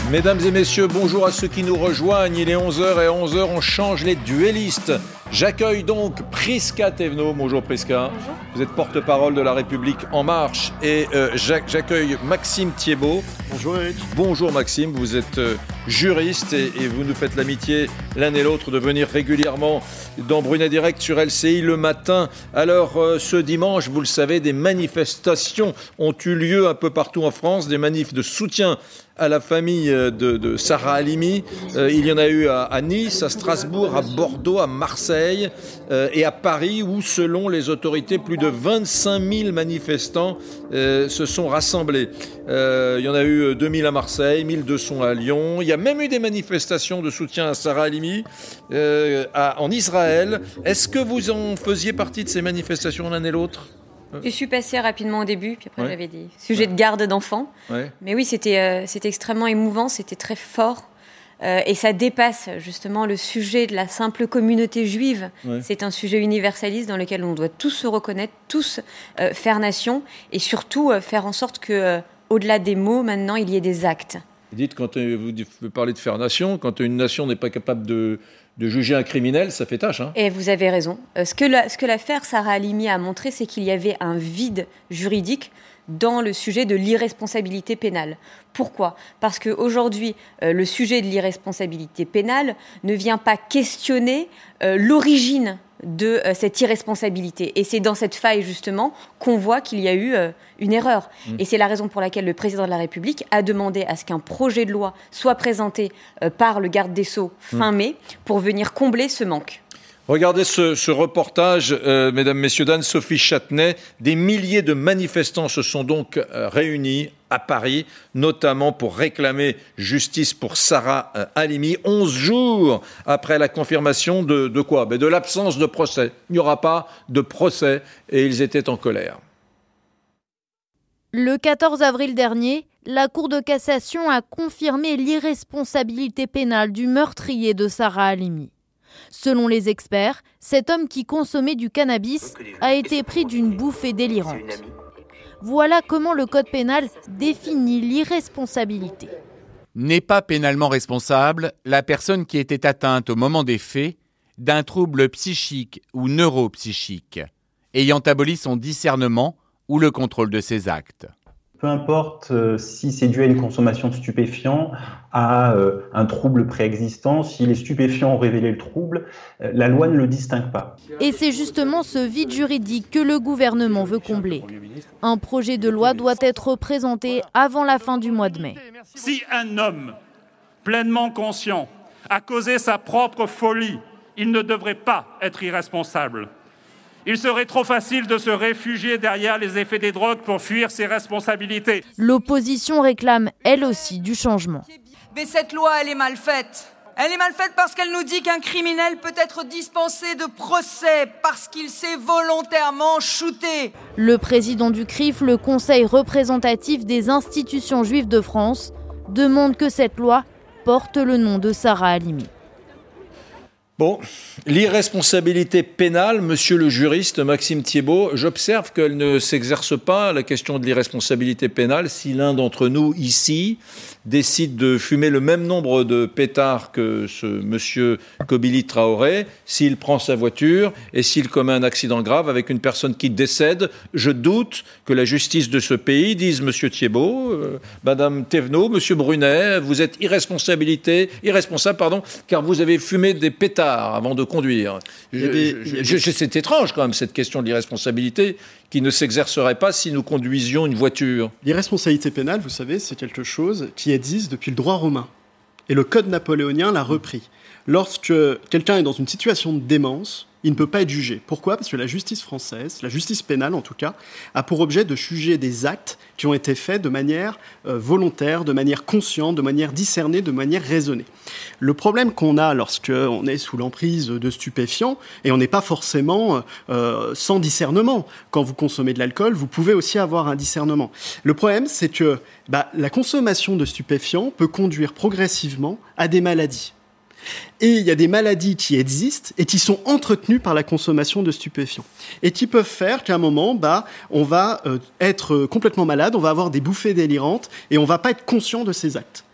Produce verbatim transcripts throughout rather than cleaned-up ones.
Mesdames et messieurs, bonjour à ceux qui nous rejoignent. Il est onze heures et onze heures, on change les duellistes. J'accueille donc Prisca Thévenot. Bonjour Prisca. Bonjour. Vous êtes porte-parole de La République En Marche. Et euh, j'accueille Maxime Thiebaud. Bonjour Eric. Bonjour Maxime, vous êtes euh, juriste et, et vous nous faites l'amitié l'un et l'autre de venir régulièrement dans Brunet Direct sur L C I le matin. Alors euh, ce dimanche, vous le savez, des manifestations ont eu lieu un peu partout en France, des manifs de soutien à la famille de, de Sarah Halimi. Euh, il y en a eu à, à Nice, à Strasbourg, à Bordeaux, à Marseille euh, et à Paris où, selon les autorités, plus de vingt-cinq mille manifestants euh, se sont rassemblés. Euh, il y en a eu deux mille à Marseille, mille deux cents à Lyon. Il y a même eu des manifestations de soutien à Sarah Halimi euh, à, en Israël. Est-ce que vous en faisiez partie de ces manifestations l'un et l'autre ? Je suis passée rapidement au début, puis après ouais. j'avais des sujets de garde d'enfants. Ouais. Mais oui, c'était, euh, c'était extrêmement émouvant, c'était très fort. Euh, et ça dépasse justement le sujet de la simple communauté juive. Ouais. C'est un sujet universaliste dans lequel on doit tous se reconnaître, tous euh, faire nation et surtout euh, faire en sorte que, euh, au-delà des mots, maintenant, il y ait des actes. Vous dites, quand euh, vous parlez de faire nation, quand une nation n'est pas capable de... de juger un criminel, ça fait tâche. Hein. Et vous avez raison. Euh, ce, que la, ce que l'affaire Sarah Halimi a montré, c'est qu'il y avait un vide juridique dans le sujet de l'irresponsabilité pénale. Pourquoi ? Parce qu'aujourd'hui, euh, le sujet de l'irresponsabilité pénale ne vient pas questionner euh, l'origine de euh, cette irresponsabilité. Et c'est dans cette faille, justement, qu'on voit qu'il y a eu euh, une erreur. Mmh. Et c'est la raison pour laquelle le président de la République a demandé à ce qu'un projet de loi soit présenté euh, par le garde des Sceaux fin mmh. mai pour venir combler ce manque. Regardez ce, ce reportage, euh, mesdames, messieurs, d'Anne-Sophie Châtenay. Des milliers de manifestants se sont donc euh, réunis à Paris, notamment pour réclamer justice pour Sarah euh, Halimi, onze jours après la confirmation de, de quoi ? Ben de l'absence de procès. Il n'y aura pas de procès et ils étaient en colère. Le quatorze avril dernier, la Cour de cassation a confirmé l'irresponsabilité pénale du meurtrier de Sarah Halimi. Selon les experts, cet homme qui consommait du cannabis a été pris d'une bouffée délirante. Voilà comment le code pénal définit l'irresponsabilité. N'est pas pénalement responsable la personne qui était atteinte au moment des faits d'un trouble psychique ou neuropsychique, ayant aboli son discernement ou le contrôle de ses actes. Peu importe euh, si c'est dû à une consommation de stupéfiants, à euh, un trouble préexistant, si les stupéfiants ont révélé le trouble, euh, la loi ne le distingue pas. Et c'est justement ce vide juridique que le gouvernement veut combler. Un projet de loi doit être présenté avant la fin du mois de mai. Si un homme pleinement conscient a causé sa propre folie, il ne devrait pas être irresponsable. Il serait trop facile de se réfugier derrière les effets des drogues pour fuir ses responsabilités. L'opposition réclame, elle aussi, du changement. Mais cette loi, elle est mal faite. Elle est mal faite parce qu'elle nous dit qu'un criminel peut être dispensé de procès parce qu'il s'est volontairement shooté. Le président du C R I F, le Conseil représentatif des institutions juives de France, demande que cette loi porte le nom de Sarah Halimi. Bon, l'irresponsabilité pénale, monsieur le juriste Maxime Thiebaud, j'observe qu'elle ne s'exerce pas, la question de l'irresponsabilité pénale, si l'un d'entre nous, ici, décide de fumer le même nombre de pétards que ce monsieur Kobili Traoré, s'il prend sa voiture et s'il commet un accident grave avec une personne qui décède, je doute que la justice de ce pays dise, monsieur Thiebaud, euh, madame Thévenot, monsieur Brunet, vous êtes irresponsabilité, irresponsable, pardon, car vous avez fumé des pétards avant de conduire. Je, des, je, je, je, c'est étrange quand même cette question de l'irresponsabilité qui ne s'exercerait pas si nous conduisions une voiture. L'irresponsabilité pénale, vous savez, c'est quelque chose qui existe depuis le droit romain. Et le code napoléonien l'a repris. Lorsque quelqu'un est dans une situation de démence, il ne peut pas être jugé. Pourquoi ? Parce que la justice française, la justice pénale en tout cas, a pour objet de juger des actes qui ont été faits de manière euh, volontaire, de manière consciente, de manière discernée, de manière raisonnée. Le problème qu'on a lorsqu'on est sous l'emprise de stupéfiants, et on n'est pas forcément euh, sans discernement. Quand vous consommez de l'alcool, vous pouvez aussi avoir un discernement. Le problème, c'est que bah, la consommation de stupéfiants peut conduire progressivement à des maladies. Et il y a des maladies qui existent et qui sont entretenues par la consommation de stupéfiants. Et qui peuvent faire qu'à un moment, bah, on va euh, être complètement malade, on va avoir des bouffées délirantes et on ne va pas être conscient de ces actes.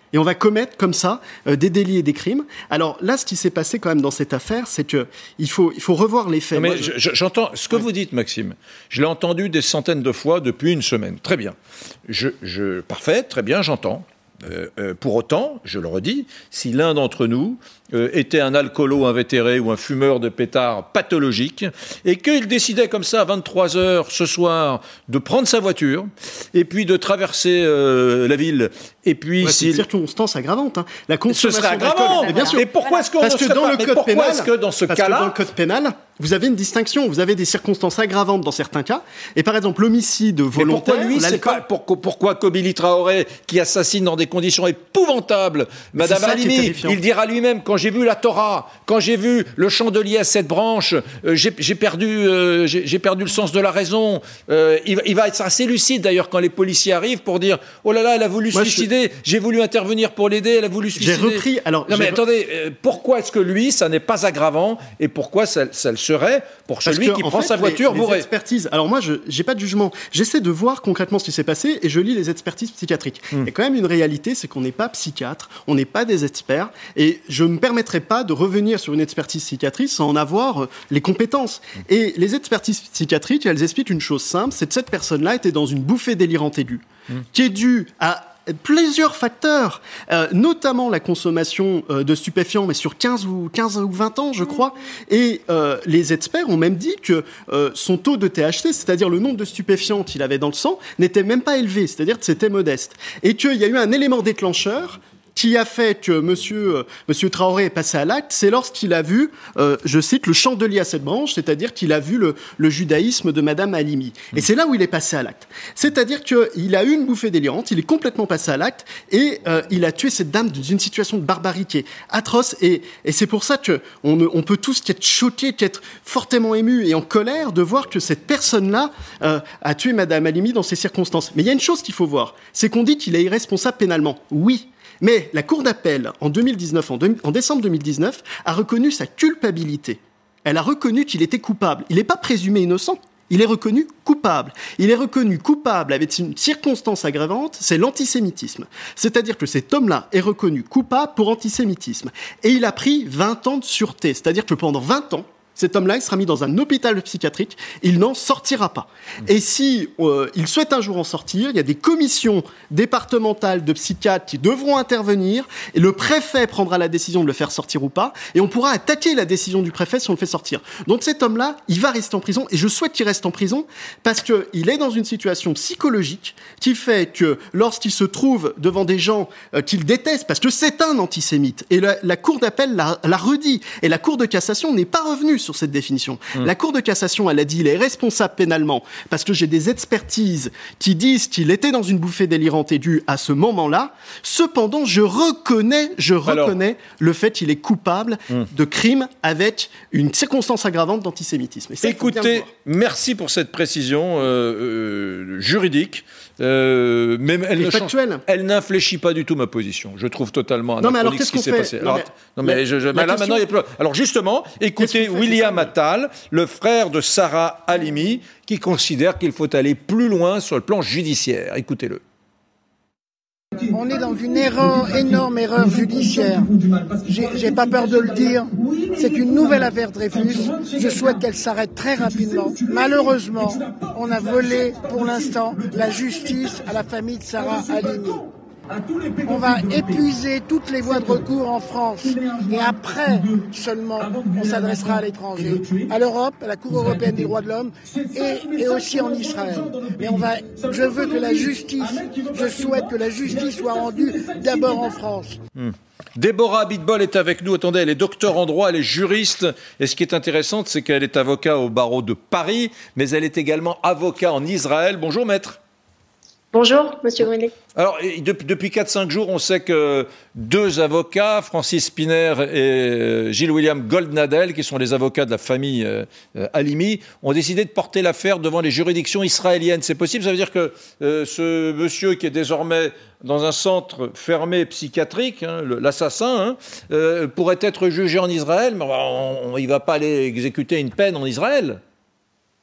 Et on va commettre comme ça euh, des délits et des crimes. Alors là, ce qui s'est passé quand même dans cette affaire, c'est que il faut, il faut revoir les faits. Non, mais Moi, je... je, j'entends ce que ouais. vous dites, Maxime. Je l'ai entendu des centaines de fois depuis une semaine. Très bien. Je, je, parfait, très bien, j'entends. Euh, euh, pour autant, je le redis, si l'un d'entre nous euh, était un alcoolo invétéré ou un fumeur de pétards pathologique et qu'il décidait comme ça à vingt-trois heures ce soir de prendre sa voiture et puis de traverser euh, la ville et puis ouais, s'il... c'est une circonstance aggravante. Hein. La consommation ce serait aggravant. Et bien sûr. Et pourquoi est-ce qu'on parce que dans pas... le code pourquoi pénal, est-ce que dans ce parce cas-là, que dans le code pénal, vous avez une distinction. Vous avez des circonstances aggravantes dans certains cas. Et par exemple, l'homicide volontaire. Mais pourquoi lui, c'est pas pour, pourquoi Kobili Traoré, qui assassine dans des conditions épouvantables, Madame Halimi, il dira lui-même, quand j'ai vu la Torah, quand j'ai vu le chandelier à sept branches, euh, j'ai, j'ai perdu, euh, j'ai, j'ai perdu le sens de la raison. Euh, il, il va être assez lucide d'ailleurs quand les policiers arrivent pour dire, oh là là, elle a voulu se suicider, je... j'ai voulu intervenir pour l'aider, elle a voulu se suicider. J'ai repris. Alors, non mais attendez, euh, pourquoi est-ce que lui, ça n'est pas aggravant et pourquoi ça, ça le serait pour Parce celui que, qui en prend fait, sa voiture les, bourrée? Les expertises. Alors moi, je j'ai pas de jugement. J'essaie de voir concrètement ce qui s'est passé et je lis les expertises psychiatriques. Il y a quand même une réalité, c'est qu'on n'est pas psychiatre, on n'est pas des experts, et je ne me permettrai pas de revenir sur une expertise psychiatrique sans en avoir euh, les compétences. Et les expertises psychiatriques, elles expliquent une chose simple, c'est que cette personne-là était dans une bouffée délirante aiguë, mmh. qui est due à plusieurs facteurs, euh, notamment la consommation euh, de stupéfiants, mais sur quinze ou vingt ans, je crois. Et euh, les experts ont même dit que euh, son taux de T H C, c'est-à-dire le nombre de stupéfiants qu'il avait dans le sang, n'était même pas élevé, c'est-à-dire que c'était modeste. Et qu'il y a eu un élément déclencheur qui a fait que monsieur, euh, monsieur Traoré est passé à l'acte, c'est lorsqu'il a vu, euh, je cite, le chandelier à sept branches, c'est-à-dire qu'il a vu le, le judaïsme de Madame Halimi. Et c'est là où il est passé à l'acte. C'est-à-dire qu'il a eu une bouffée délirante, il est complètement passé à l'acte, et euh, il a tué cette dame dans une situation de barbarie qui est atroce, et, et c'est pour ça qu'on on peut tous être choqués, être fortement émus et en colère de voir que cette personne-là euh, a tué Madame Halimi dans ces circonstances. Mais il y a une chose qu'il faut voir, c'est qu'on dit qu'il est irresponsable pénalement. Oui. Mais la Cour d'appel, en, deux mille dix-neuf, en, deux, en décembre deux mille dix-neuf, a reconnu sa culpabilité. Elle a reconnu qu'il était coupable. Il n'est pas présumé innocent, il est reconnu coupable. Il est reconnu coupable avec une circonstance aggravante, c'est l'antisémitisme. C'est-à-dire que cet homme-là est reconnu coupable pour antisémitisme. Et il a pris vingt ans de sûreté. C'est-à-dire que pendant vingt ans, cet homme-là, il sera mis dans un hôpital psychiatrique, il n'en sortira pas. Et si euh, il souhaite un jour en sortir, il y a des commissions départementales de psychiatres qui devront intervenir, et le préfet prendra la décision de le faire sortir ou pas, et on pourra attaquer la décision du préfet si on le fait sortir. Donc cet homme-là, il va rester en prison, et je souhaite qu'il reste en prison, parce qu'il est dans une situation psychologique qui fait que lorsqu'il se trouve devant des gens euh, qu'il déteste, parce que c'est un antisémite, et la, la Cour d'appel l'a, l'a redit, et la Cour de cassation n'est pas revenue sur cette définition. Mmh. La Cour de cassation, elle a dit, il est responsable pénalement parce que j'ai des expertises qui disent qu'il était dans une bouffée délirante aiguë à ce moment-là. Cependant, je reconnais, je reconnais Alors, le fait qu'il est coupable mmh. de crimes avec une circonstance aggravante d'antisémitisme. Et ça, écoutez, merci pour cette précision euh, euh, juridique. Euh, mais elle, ne change, elle n'infléchit pas du tout ma position. Je trouve totalement anachronique ce qui s'est passé. Alors, non, mais, mais je, je, là, question... maintenant, il y a plus... Alors justement, écoutez William Attal, le frère de Sarah Halimi, qui considère qu'il faut aller plus loin sur le plan judiciaire. Écoutez-le. On est dans une erreur, énorme erreur judiciaire. J'ai, j'ai pas peur de le dire. C'est une nouvelle affaire Dreyfus. Je souhaite qu'elle s'arrête très rapidement. Malheureusement, on a volé pour l'instant la justice à la famille de Sarah Halimi. On va épuiser toutes les voies de recours en France et après seulement on s'adressera à l'étranger, à l'Europe, à la Cour européenne des droits de l'homme et, et aussi en Israël. Mais on va, je veux que la justice, je souhaite que la justice soit rendue d'abord en France. Mmh. Déborah Abitbol est avec nous. Attendez, elle est docteur en droit, elle est juriste. Et ce qui est intéressant, c'est qu'elle est avocat au barreau de Paris, mais elle est également avocat en Israël. Bonjour maître. Bonjour, monsieur Brunet. Alors, depuis quatre cinq jours, on sait que deux avocats, Francis Spinner et Gilles-William Goldnadel, qui sont les avocats de la famille euh, Halimi, ont décidé de porter l'affaire devant les juridictions israéliennes. C'est possible? Ça veut dire que euh, ce monsieur qui est désormais dans un centre fermé psychiatrique, hein, le, l'assassin, hein, euh, pourrait être jugé en Israël, mais on, on, il ne va pas aller exécuter une peine en Israël.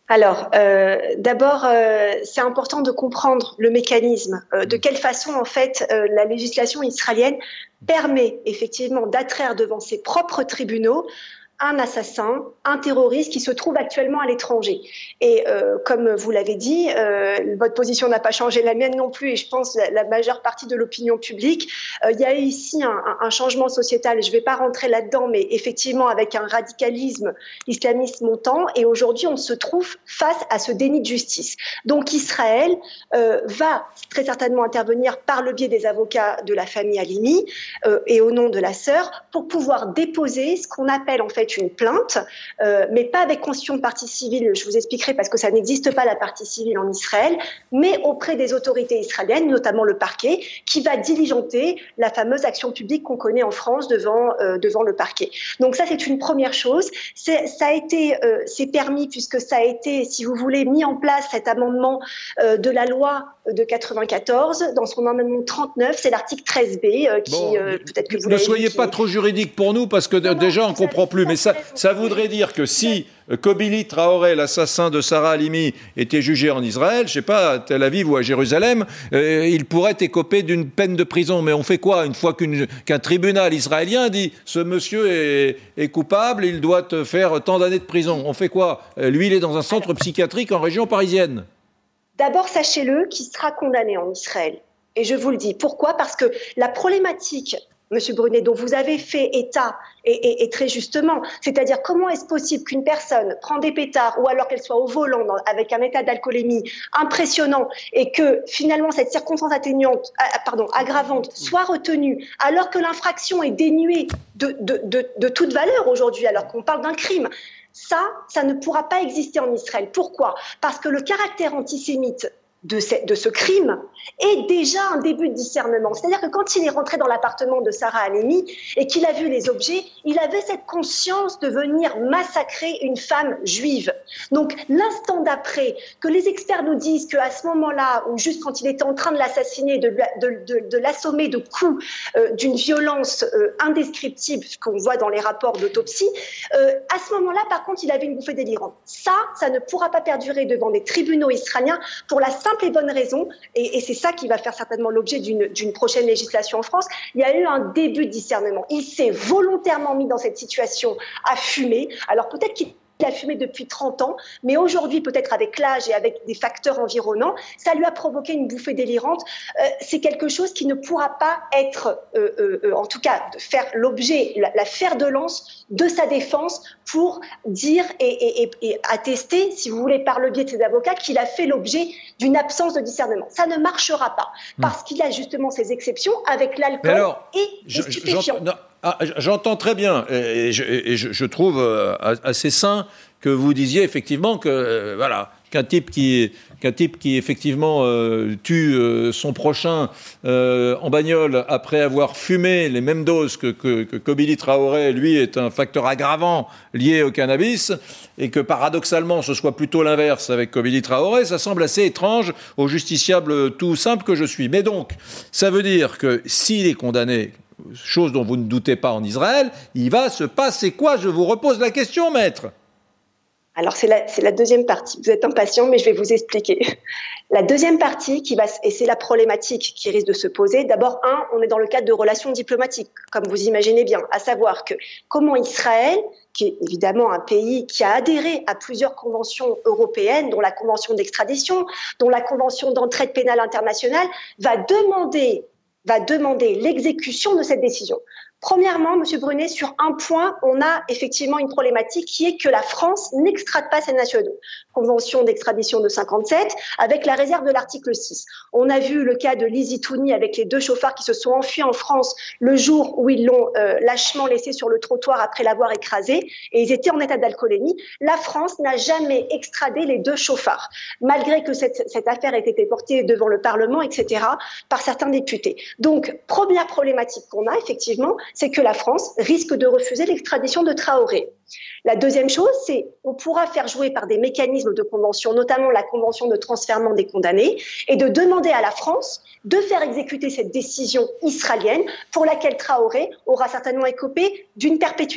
Alors, euh, d'abord, euh, c'est important de comprendre le mécanisme, euh, de quelle façon, en fait, euh, la législation israélienne permet effectivement d'attraire devant ses propres tribunaux un assassin, un terroriste qui se trouve actuellement à l'étranger. Et euh, comme vous l'avez dit, euh, votre position n'a pas changé, la mienne non plus, et je pense la, la majeure partie de l'opinion publique. Euh, il y a eu ici un, un changement sociétal, je ne vais pas rentrer là-dedans, mais effectivement avec un radicalisme islamiste montant, et aujourd'hui on se trouve face à ce déni de justice. Donc Israël euh, va très certainement intervenir par le biais des avocats de la famille Halimi euh, et au nom de la sœur, pour pouvoir déposer ce qu'on appelle en fait une plainte, euh, mais pas avec constitution de partie civile, je vous expliquerai parce que ça n'existe pas la partie civile en Israël, mais auprès des autorités israéliennes, notamment le parquet, qui va diligenter la fameuse action publique qu'on connaît en France devant, euh, devant le parquet. Donc ça, c'est une première chose. C'est, ça a été, euh, c'est permis puisque ça a été, si vous voulez, mis en place cet amendement euh, de la loi de quatre-vingt-quatorze, dans son amendement trente-neuf, c'est l'article treize B, euh, qui bon, euh, peut-être que vous ne l'avez soyez dit, pas qui... trop juridique pour nous, parce que non, déjà on ne comprend plus. Mais ça, ça voudrait dire que si Kobili Traoré, l'assassin de Sarah Halimi, était jugé en Israël, je ne sais pas, à Tel Aviv ou à Jérusalem, euh, il pourrait écoper d'une peine de prison. Mais on fait quoi une fois qu'une, qu'un tribunal israélien dit « ce monsieur est, est coupable, il doit te faire tant d'années de prison ». On fait quoi? Lui, il est dans un centre psychiatrique en région parisienne. D'abord, sachez-le, qu'il sera condamné en Israël. Et je vous le dis. Pourquoi? Parce que la problématique, Monsieur Brunet, dont vous avez fait état, et, et, et très justement, c'est-à-dire comment est-ce possible qu'une personne prend des pétards ou alors qu'elle soit au volant dans, avec un état d'alcoolémie impressionnant et que finalement cette circonstance atténuante, ah, pardon, aggravante soit retenue alors que l'infraction est dénuée de, de, de, de toute valeur aujourd'hui, alors qu'on parle d'un crime. Ça, ça ne pourra pas exister en Israël. Pourquoi? Parce que le caractère antisémite de ce, de ce crime est déjà un début de discernement. C'est-à-dire que quand il est rentré dans l'appartement de Sarah Halimi et qu'il a vu les objets, il avait cette conscience de venir massacrer une femme juive. Donc l'instant d'après, que les experts nous disent qu'à ce moment-là, ou juste quand il était en train de l'assassiner, de, de, de, de l'assommer de coups euh, d'une violence euh, indescriptible, ce qu'on voit dans les rapports d'autopsie, euh, à ce moment-là, par contre, il avait une bouffée délirante. Ça, ça ne pourra pas perdurer devant des tribunaux israéliens pour la simple et bonne raison, et, et c'est ça qui va faire certainement l'objet d'une, d'une prochaine législation en France. Il y a eu un début de discernement. Il s'est volontairement mis dans cette situation à fumer. Alors peut-être qu'il Il a fumé depuis trente ans, mais aujourd'hui, peut-être avec l'âge et avec des facteurs environnants, ça lui a provoqué une bouffée délirante. Euh, c'est quelque chose qui ne pourra pas être, euh, euh, en tout cas, de faire l'objet, la, la fer de lance de sa défense pour dire et, et, et, et attester, si vous voulez, par le biais de ses avocats, qu'il a fait l'objet d'une absence de discernement. Ça ne marchera pas, parce qu'il a justement ces exceptions avec l'alcool alors, et les stupéfiants. Ah, j'entends très bien, et je, et je, je trouve assez sain que vous disiez effectivement que euh, voilà qu'un type qui qu'un type qui effectivement euh, tue euh, son prochain euh, en bagnole après avoir fumé les mêmes doses que, que, que Kobili Traoré, lui, est un facteur aggravant lié au cannabis, et que paradoxalement ce soit plutôt l'inverse avec Kobili Traoré, ça semble assez étrange au justiciable tout simple que je suis. Mais donc, ça veut dire que s'il est condamné, chose dont vous ne doutez pas en Israël, il va se passer quoi? Je vous repose la question, maître. Alors, c'est la, c'est la deuxième partie. Vous êtes impatient, mais je vais vous expliquer. La deuxième partie, qui va, et c'est la problématique qui risque de se poser. D'abord, un, on est dans le cadre de relations diplomatiques, comme vous imaginez bien, à savoir que comment Israël, qui est évidemment un pays qui a adhéré à plusieurs conventions européennes, dont la convention d'extradition, dont la convention d'entraide pénale internationale, va demander va demander l'exécution de cette décision. Premièrement, M. Brunet, sur un point, on a effectivement une problématique qui est que la France n'extrade pas ses nationaux. Convention d'extradition de cinquante-sept, avec la réserve de l'article six. On a vu le cas de Lizzie Touni avec les deux chauffards qui se sont enfuis en France le jour où ils l'ont euh, lâchement laissé sur le trottoir après l'avoir écrasé, et ils étaient en état d'alcoolémie. La France n'a jamais extradé les deux chauffards, malgré que cette, cette affaire ait été portée devant le Parlement, et cetera, par certains députés. Donc, première problématique qu'on a, effectivement, c'est que la France risque de refuser l'extradition de Traoré. La deuxième chose, c'est qu'on pourra faire jouer par des mécanismes de convention, notamment la convention de transfèrement des condamnés, et de demander à la France de faire exécuter cette décision israélienne pour laquelle Traoré aura certainement écopé d'une perpétuité.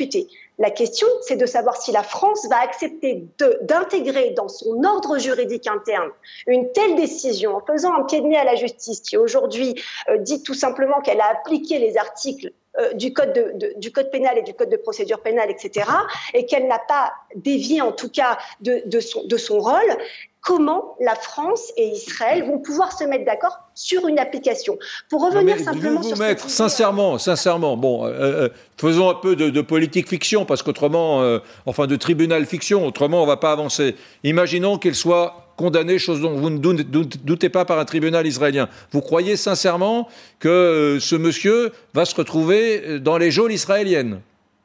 La question, c'est de savoir si la France va accepter de, d'intégrer dans son ordre juridique interne une telle décision en faisant un pied de nez à la justice qui aujourd'hui euh, dit tout simplement qu'elle a appliqué les articles euh, du, code de, de, du code pénal et du code de procédure pénale, et cetera, et qu'elle n'a pas dévié en tout cas de, de, son, de son rôle. Comment la France et Israël vont pouvoir se mettre d'accord sur une application. Pour revenir non, simplement vous, vous sur mettre, ce sincèrement, sincèrement, bon, euh, euh, faisons un peu de, de politique fiction, parce qu'autrement, euh, enfin de tribunal fiction, autrement on ne va pas avancer. Imaginons qu'il soit condamné, chose dont vous ne doutez pas, par un tribunal israélien. Vous croyez sincèrement que euh, ce monsieur va se retrouver dans les geôles israéliennes ?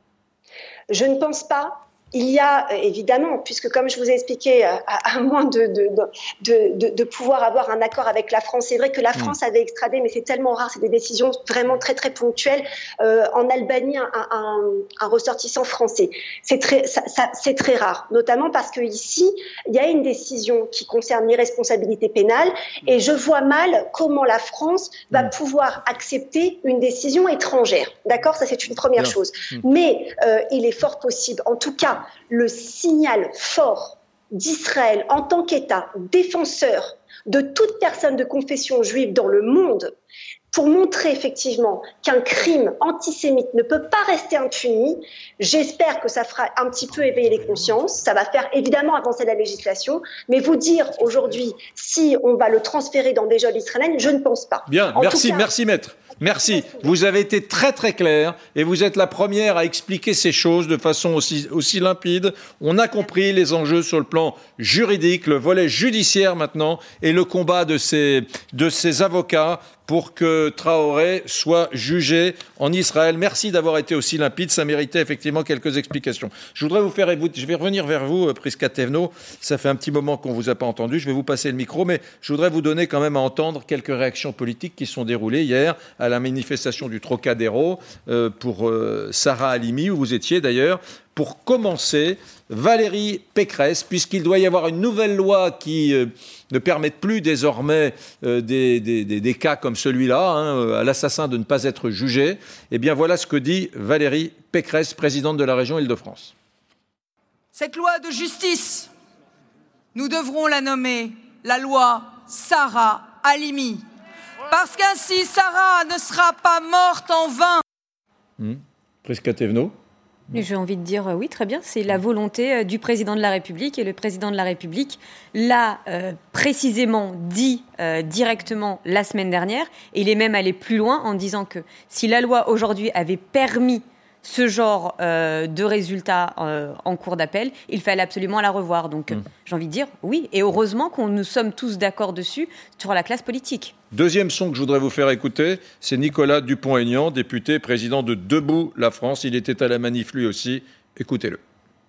Je ne pense pas. Il y a évidemment, puisque comme je vous ai expliqué, à, à moins de, de, de, de, de pouvoir avoir un accord avec la France, c'est vrai que la France avait extradé, mais c'est tellement rare, c'est des décisions vraiment très très ponctuelles, euh, en Albanie, un, un, un ressortissant français. C'est très, ça, ça, c'est très rare, notamment parce que ici, il y a une décision qui concerne l'irresponsabilité pénale, et je vois mal comment la France va pouvoir accepter une décision étrangère. D'accord ? Ça, c'est une première Bien. chose. Mais euh, il est fort possible, en tout cas, le signal fort d'Israël en tant qu'État défenseur de toute personne de confession juive dans le monde, pour montrer effectivement qu'un crime antisémite ne peut pas rester impuni. J'espère que ça fera un petit peu éveiller les consciences, ça va faire évidemment avancer la législation, mais vous dire aujourd'hui si on va le transférer dans des geôles israéliennes, je ne pense pas. Bien, en merci, cas, merci maître. Merci. Vous avez été très très clair et vous êtes la première à expliquer ces choses de façon aussi, aussi limpide. On a compris les enjeux sur le plan juridique, le volet judiciaire maintenant et le combat de ces, de ces avocats pour que Traoré soit jugé en Israël. Merci d'avoir été aussi limpide, ça méritait effectivement quelques explications. Je voudrais vous faire, je vais revenir vers vous, Prisca Thévenot, ça fait un petit moment qu'on ne vous a pas entendu, je vais vous passer le micro, mais je voudrais vous donner quand même à entendre quelques réactions politiques qui sont déroulées hier à la manifestation du Trocadéro euh, pour euh, Sarah Halimi, où vous étiez d'ailleurs. Pour commencer, Valérie Pécresse, puisqu'il doit y avoir une nouvelle loi qui euh, ne permette plus désormais euh, des, des, des, des cas comme celui-là, hein, à l'assassin de ne pas être jugé, eh bien voilà ce que dit Valérie Pécresse, présidente de la région Île-de-France. Cette loi de justice, nous devrons la nommer la loi Sarah Halimi, parce qu'ainsi Sarah ne sera pas morte en vain. Mmh. Prisca Thévenot. J'ai envie de dire euh, oui, très bien. C'est la volonté euh, du président de la République et le président de la République l'a euh, précisément dit euh, directement la semaine dernière. Et il est même allé plus loin en disant que si la loi aujourd'hui avait permis ce genre euh, de résultats euh, en cours d'appel, il fallait absolument la revoir. Donc mmh. j'ai envie de dire oui. Et heureusement qu'on nous sommes tous d'accord dessus sur la classe politique. Deuxième son que je voudrais vous faire écouter, c'est Nicolas Dupont-Aignan, député, président de Debout la France. Il était à la manif lui aussi. Écoutez-le.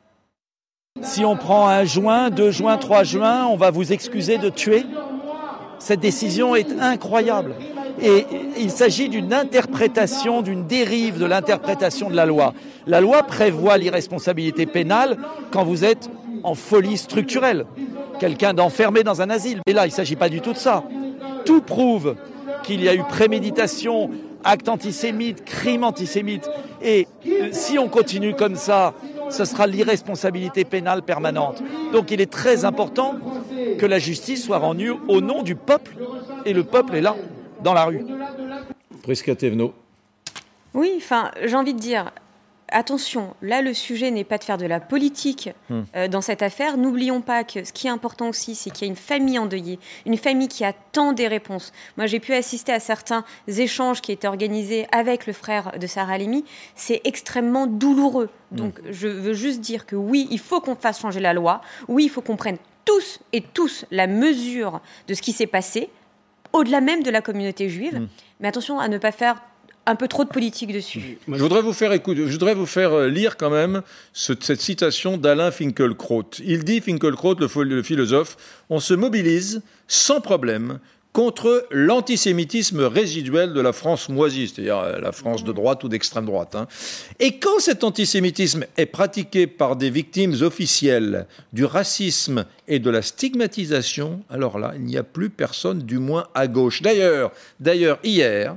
Si on prend un juin, deux juin, trois juin, on va vous excuser de tuer. Cette décision est incroyable. Et il s'agit d'une interprétation, d'une dérive de l'interprétation de la loi. La loi prévoit l'irresponsabilité pénale quand vous êtes en folie structurelle, quelqu'un d'enfermé dans un asile. Et là, il ne s'agit pas du tout de ça. Tout prouve qu'il y a eu préméditation, acte antisémite, crime antisémite. Et si on continue comme ça, ce sera l'irresponsabilité pénale permanente. Donc il est très important que la justice soit rendue au nom du peuple. Et le peuple est là, dans la rue. Prisca Thévenot. Oui, enfin, j'ai envie de dire... Attention, là, le sujet n'est pas de faire de la politique mmh. euh, dans cette affaire. N'oublions pas que ce qui est important aussi, c'est qu'il y a une famille endeuillée, une famille qui attend des réponses. Moi, j'ai pu assister à certains échanges qui étaient organisés avec le frère de Sarah Halimi. C'est extrêmement douloureux. Donc, mmh. je veux juste dire que oui, il faut qu'on fasse changer la loi. Oui, il faut qu'on prenne tous et tous la mesure de ce qui s'est passé, au-delà même de la communauté juive. Mmh. Mais attention à ne pas faire un peu trop de politique dessus. Je voudrais vous faire écouter, je voudrais vous faire lire quand même ce, cette citation d'Alain Finkielkraut. Il dit, Finkielkraut, le, le philosophe, « On se mobilise sans problème contre l'antisémitisme résiduel de la France moisie, c'est-à-dire la France de droite ou d'extrême droite. Hein. Et quand cet antisémitisme est pratiqué par des victimes officielles du racisme et de la stigmatisation, alors là, il n'y a plus personne, du moins à gauche. D'ailleurs, d'ailleurs hier,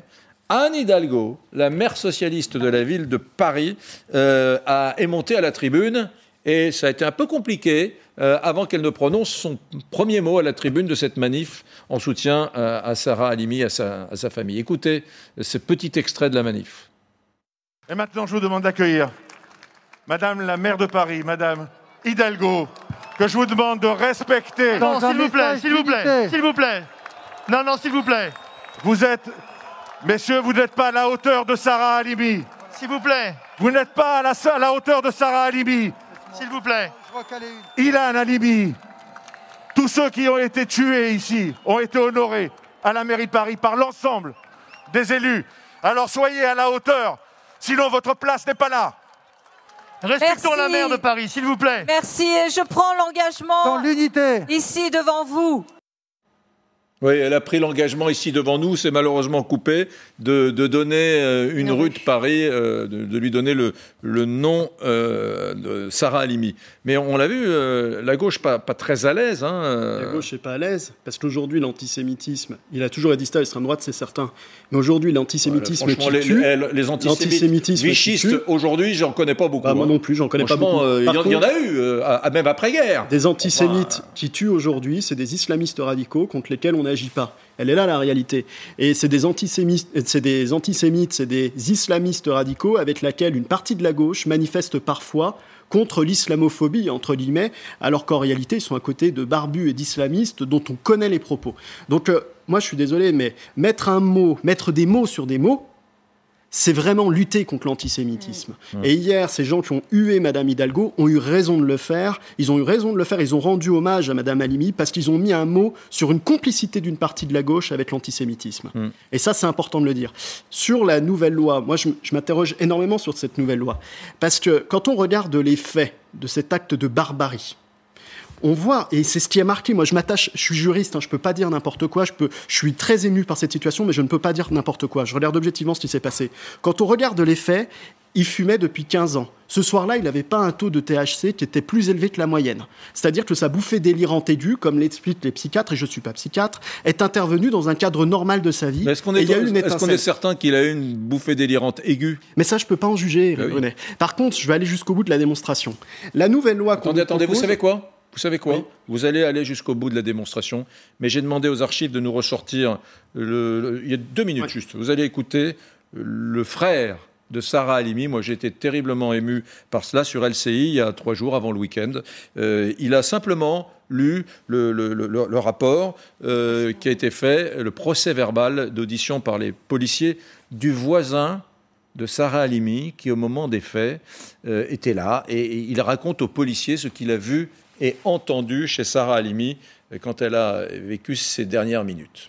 Anne Hidalgo, la maire socialiste de la ville de Paris, euh, a, est montée à la tribune et ça a été un peu compliqué euh, avant qu'elle ne prononce son premier mot à la tribune de cette manif en soutien euh, à Sarah Halimi, à sa, à sa famille. Écoutez ce petit extrait de la manif. Et maintenant, je vous demande d'accueillir Madame la maire de Paris, Madame Hidalgo, que je vous demande de respecter. Non, s'il vous plaît, s'il vous plaît, s'il vous plaît. Non, non, s'il vous plaît. Vous êtes, messieurs, vous n'êtes pas à la hauteur de Sarah Halimi. S'il vous plaît. Vous n'êtes pas à la, à la hauteur de Sarah Halimi. S'il vous plaît. Ilan Halimi. Tous ceux qui ont été tués ici ont été honorés à la mairie de Paris par l'ensemble des élus. Alors soyez à la hauteur, sinon votre place n'est pas là. Respectons Merci. la maire de Paris, s'il vous plaît. Merci, et je prends l'engagement Dans l'unité. ici devant vous. Oui, elle a pris l'engagement ici devant nous, c'est malheureusement coupé, de, de donner euh, une rue de Paris, euh, de, de lui donner le, le nom euh, de Sarah Halimi. Mais on l'a vu, euh, la gauche pas, pas très à l'aise. Hein, euh... La gauche n'est pas à l'aise, parce qu'aujourd'hui, l'antisémitisme, il a toujours existé à l'extrême droite, c'est certain. Mais aujourd'hui, l'antisémitisme voilà, qui les, tue... Les, les antisémites vichistes, aujourd'hui, j'en connais pas beaucoup. Bah, moi non plus, j'en connais pas beaucoup. Il euh, y, y en a eu, euh, même après-guerre. Des antisémites enfin... qui tuent aujourd'hui, c'est des islamistes radicaux contre lesquels on n'agit pas. Elle est là, la réalité. Et c'est des antisémites, c'est des antisémites, c'est des islamistes radicaux avec lesquels une partie de la gauche manifeste parfois contre l'islamophobie, entre guillemets, alors qu'en réalité, ils sont à côté de barbus et d'islamistes dont on connaît les propos. Donc, euh, moi, je suis désolé, mais mettre un mot, mettre des mots sur des mots, c'est vraiment lutter contre l'antisémitisme. Mmh. Et hier, ces gens qui ont hué Madame Hidalgo ont eu raison de le faire. Ils ont eu raison de le faire. Ils ont rendu hommage à Madame Halimi parce qu'ils ont mis un mot sur une complicité d'une partie de la gauche avec l'antisémitisme. Mmh. Et ça, c'est important de le dire. Sur la nouvelle loi, moi, je, je m'interroge énormément sur cette nouvelle loi. Parce que quand on regarde les faits de cet acte de barbarie, on voit, et c'est ce qui a marqué, moi je m'attache, je suis juriste, hein, je peux pas dire n'importe quoi, je, peux, je suis très ému par cette situation, mais je ne peux pas dire n'importe quoi. Je regarde objectivement ce qui s'est passé. Quand on regarde les faits, il fumait depuis quinze ans. Ce soir-là, il n'avait pas un taux de T H C qui était plus élevé que la moyenne. C'est-à-dire que sa bouffée délirante aiguë, comme l'expliquent les psychiatres, et je ne suis pas psychiatre, est intervenue dans un cadre normal de sa vie. Mais est-ce qu'on est, et il y a eu une est-ce qu'on est certain qu'il a eu une bouffée délirante aiguë ? Mais ça, je ne peux pas en juger, ah oui. René. Par contre, je vais aller jusqu'au bout de la démonstration. La nouvelle loi qu'on Attendez, attendez, propose... vous savez quoi ? Vous savez quoi ? Oui. Vous allez aller jusqu'au bout de la démonstration, mais j'ai demandé aux archives de nous ressortir, le, le, il y a deux minutes ouais. juste, vous allez écouter le frère de Sarah Halimi. Moi, j'ai été terriblement ému par cela sur L C I il y a trois jours avant le week-end. Euh, il a simplement lu le, le, le, le rapport euh, qui a été fait, le procès verbal d'audition par les policiers du voisin de Sarah Halimi, qui au moment des faits euh, était là, et, et il raconte aux policiers ce qu'il a vu et entendu chez Sarah Halimi quand elle a vécu ces dernières minutes.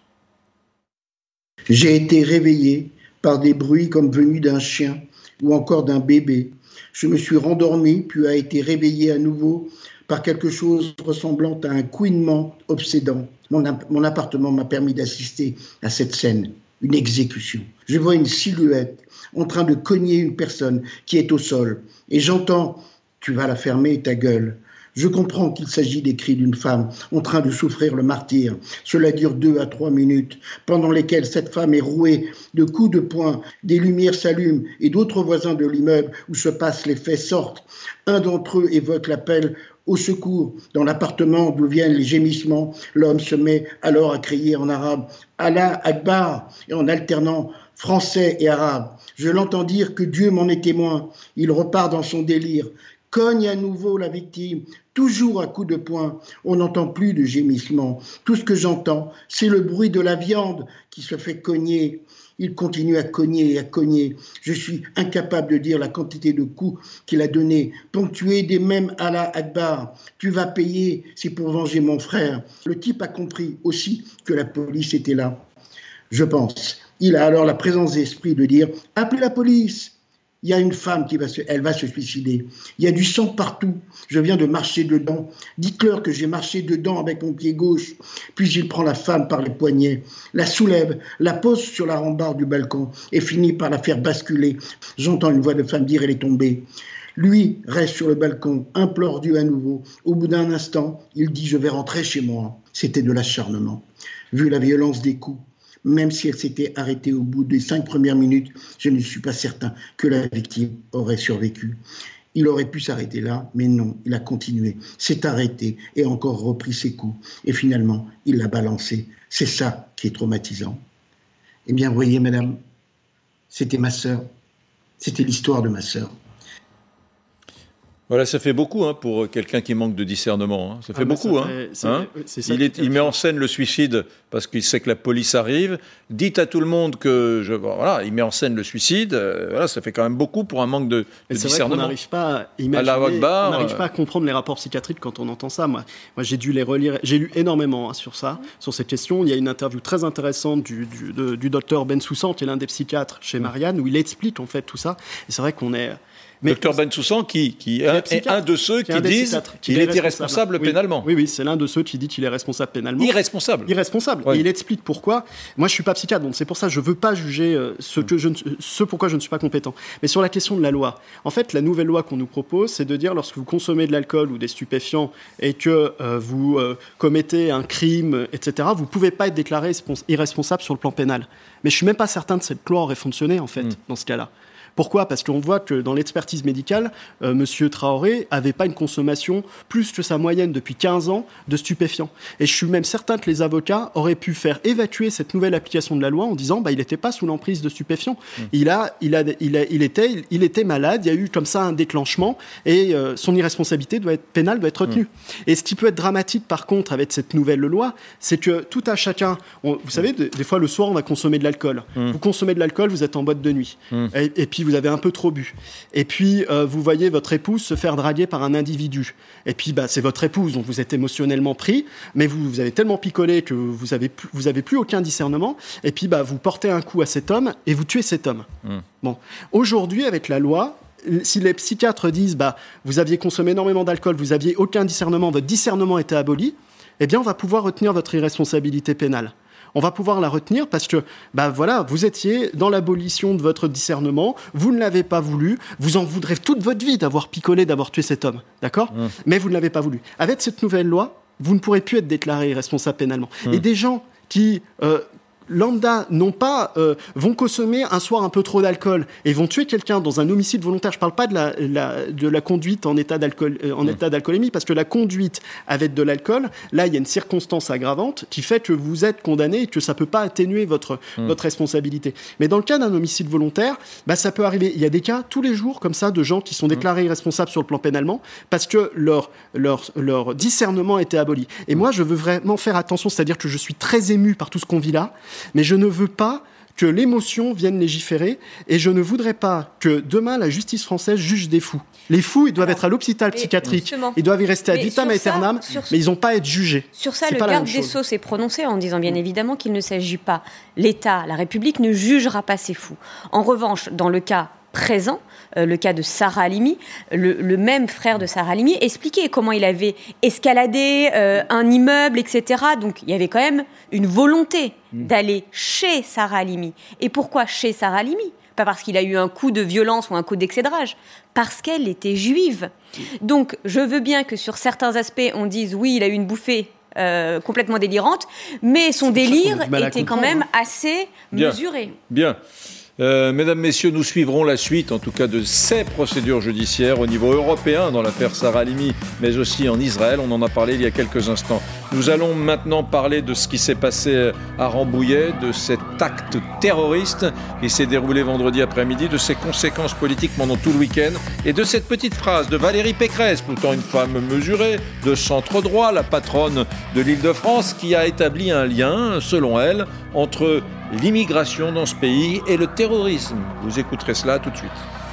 J'ai été réveillé par des bruits comme venus d'un chien ou encore d'un bébé. Je me suis rendormi, puis a été réveillé à nouveau par quelque chose ressemblant à un couinement obsédant. Mon, mon appartement m'a permis d'assister à cette scène, une exécution. Je vois une silhouette en train de cogner une personne qui est au sol, et j'entends « Tu vas la fermer, ta gueule ». Je comprends qu'il s'agit des cris d'une femme en train de souffrir le martyre. Cela dure deux à trois minutes, pendant lesquelles cette femme est rouée de coups de poing, des lumières s'allument et d'autres voisins de l'immeuble où se passent les faits sortent. Un d'entre eux évoque l'appel au secours. Dans l'appartement d'où viennent les gémissements, l'homme se met alors à crier en arabe « Allah Akbar » et en alternant français et arabe. Je l'entends dire que Dieu m'en est témoin. Il repart dans son délire. Cogne à nouveau la victime, toujours à coups de poing. On n'entend plus de gémissements. Tout ce que j'entends, c'est le bruit de la viande qui se fait cogner. Il continue à cogner et à cogner. Je suis incapable de dire la quantité de coups qu'il a donnés, ponctués des mêmes Allah Akbar. Tu vas payer, c'est pour venger mon frère. Le type a compris aussi que la police était là. Je pense. Il a alors la présence d'esprit de dire « Appelez la police !» Il y a une femme qui va se, elle va se suicider. Il y a du sang partout. Je viens de marcher dedans. Dites-leur que j'ai marché dedans avec mon pied gauche. Puis il prend la femme par les poignets, la soulève, la pose sur la rambarde du balcon et finit par la faire basculer. J'entends une voix de femme dire « Elle est tombée ». Lui reste sur le balcon, implore Dieu à nouveau. Au bout d'un instant, il dit « Je vais rentrer chez moi ». C'était de l'acharnement. Vu la violence des coups, Même si elle s'était arrêtée au bout des cinq premières minutes, je ne suis pas certain que la victime aurait survécu. Il aurait pu s'arrêter là, mais non, il a continué, s'est arrêté et a encore repris ses coups. Et finalement, il l'a balancé. C'est ça qui est traumatisant. Eh bien, vous voyez, madame, c'était ma sœur. C'était l'histoire de ma sœur. Voilà, ça fait beaucoup hein, pour quelqu'un qui manque de discernement. Hein. Ça fait ah beaucoup. Ça fait, hein. c'est, hein c'est ça il, est, il met en scène le suicide parce qu'il sait que la police arrive. Dites à tout le monde que... Je, voilà, il met en scène le suicide. Euh, voilà, ça fait quand même beaucoup pour un manque de, de c'est discernement. Vrai qu'on n'arrive pas à imaginer, à Akbar, on n'arrive pas à comprendre les rapports psychiatriques quand on entend ça. Moi, moi j'ai dû les relire. J'ai lu énormément hein, sur ça, sur cette question. Il y a une interview très intéressante du, du, de, du docteur Bensoussan, qui est l'un des psychiatres chez Marianne, où il explique en fait tout ça. Et c'est vrai qu'on est... Mais docteur Bensoussan, qui, qui est, est un de ceux qui, qui disent qu'il est, est irresponsable oui, pénalement. Oui, oui, c'est l'un de ceux qui dit qu'il est responsable pénalement. Irresponsable. Irresponsable. Oui. Et il explique pourquoi. Moi, je suis pas psychiatre, donc c'est pour ça que je veux pas juger ce que je ne, ce pourquoi je ne suis pas compétent. Mais sur la question de la loi, en fait, la nouvelle loi qu'on nous propose, c'est de dire lorsque vous consommez de l'alcool ou des stupéfiants et que euh, vous euh, commettez un crime, et cetera, vous pouvez pas être déclaré irresponsable sur le plan pénal. Mais je suis même pas certain que cette loi aurait fonctionné en fait mmh. dans ce cas-là. Pourquoi ? Parce qu'on voit que dans l'expertise médicale, euh, M. Traoré n'avait pas une consommation plus que sa moyenne depuis quinze ans de stupéfiants. Et je suis même certain que les avocats auraient pu faire évacuer cette nouvelle application de la loi en disant bah, il n'était pas sous l'emprise de stupéfiants. Mmh. Il, a, il, a, il, a, il, était, il, il était malade, il y a eu comme ça un déclenchement et euh, son irresponsabilité doit être, pénale doit être retenue. Mmh. Et ce qui peut être dramatique par contre avec cette nouvelle loi, c'est que tout à chacun, on, vous savez, de, des fois le soir on va consommer de l'alcool. Mmh. Vous consommez de l'alcool, vous êtes en boîte de nuit. Mmh. Et, et puis vous avez un peu trop bu. Et puis, euh, vous voyez votre épouse se faire draguer par un individu. Et puis, bah, c'est votre épouse, donc vous êtes émotionnellement pris, mais vous, vous avez tellement picolé que vous n'avez plus, vous avez plus aucun discernement. Et puis, bah, vous portez un coup à cet homme et vous tuez cet homme. Mmh. Bon. Aujourd'hui, avec la loi, si les psychiatres disent bah, vous aviez consommé énormément d'alcool, vous n'aviez aucun discernement, votre discernement était aboli, eh bien, on va pouvoir retenir votre irresponsabilité pénale. On va pouvoir la retenir parce que, bah voilà, vous étiez dans l'abolition de votre discernement, vous ne l'avez pas voulu, vous en voudrez toute votre vie d'avoir picolé, d'avoir tué cet homme, d'accord ? Mmh. Mais vous ne l'avez pas voulu. Avec cette nouvelle loi, vous ne pourrez plus être déclaré irresponsable pénalement. Mmh. Et des gens qui... Euh, lambda, non pas, euh, vont consommer un soir un peu trop d'alcool et vont tuer quelqu'un dans un homicide volontaire. Je ne parle pas de la, la, de la conduite en état, d'alcool, euh, en mmh. état d'alcoolémie, parce que la conduite avec de l'alcool, là, il y a une circonstance aggravante qui fait que vous êtes condamné et que ça ne peut pas atténuer votre, mmh. votre responsabilité. Mais dans le cas d'un homicide volontaire, bah, ça peut arriver. Il y a des cas tous les jours comme ça de gens qui sont déclarés mmh. irresponsables sur le plan pénalement parce que leur, leur, leur discernement a été aboli. Et mmh. moi, je veux vraiment faire attention, c'est-à-dire que je suis très ému par tout ce qu'on vit là, mais je ne veux pas que l'émotion vienne légiférer et je ne voudrais pas que demain la justice française juge des fous. Les fous, ils doivent Alors, être à l'hôpital psychiatrique, ils doivent y rester à vitam aeternam, mais ils n'ont pas à être jugés. Sur ça, c'est le garde des Sceaux s'est prononcé en disant bien évidemment qu'il ne s'agit pas, l'État, la République ne jugera pas ces fous. En revanche, dans le cas présent, euh, le cas de Sarah Halimi, le, le même frère de Sarah Halimi expliquait comment il avait escaladé euh, un immeuble, et cetera. Donc il y avait quand même une volonté mmh. d'aller chez Sarah Halimi. Et pourquoi chez Sarah Halimi ? Pas parce qu'il a eu un coup de violence ou un coup d'excès de rage, parce qu'elle était juive. Donc je veux bien que sur certains aspects on dise oui, il a eu une bouffée Euh, complètement délirante, mais son délire était quand même assez bien. mesuré. Bien. Euh, mesdames, Messieurs, nous suivrons la suite, en tout cas, de ces procédures judiciaires au niveau européen dans l'affaire Sarah Halimi, mais aussi en Israël. On en a parlé il y a quelques instants. Nous allons maintenant parler de ce qui s'est passé à Rambouillet, de cet acte terroriste qui s'est déroulé vendredi après-midi, de ses conséquences politiques pendant tout le week-end et de cette petite phrase de Valérie Pécresse, pourtant une femme mesurée, de centre droit, la patronne de l'Île-de-France, qui a établi un lien, selon elle, entre l'immigration dans ce pays et le terrorisme. Vous écouterez cela tout de suite.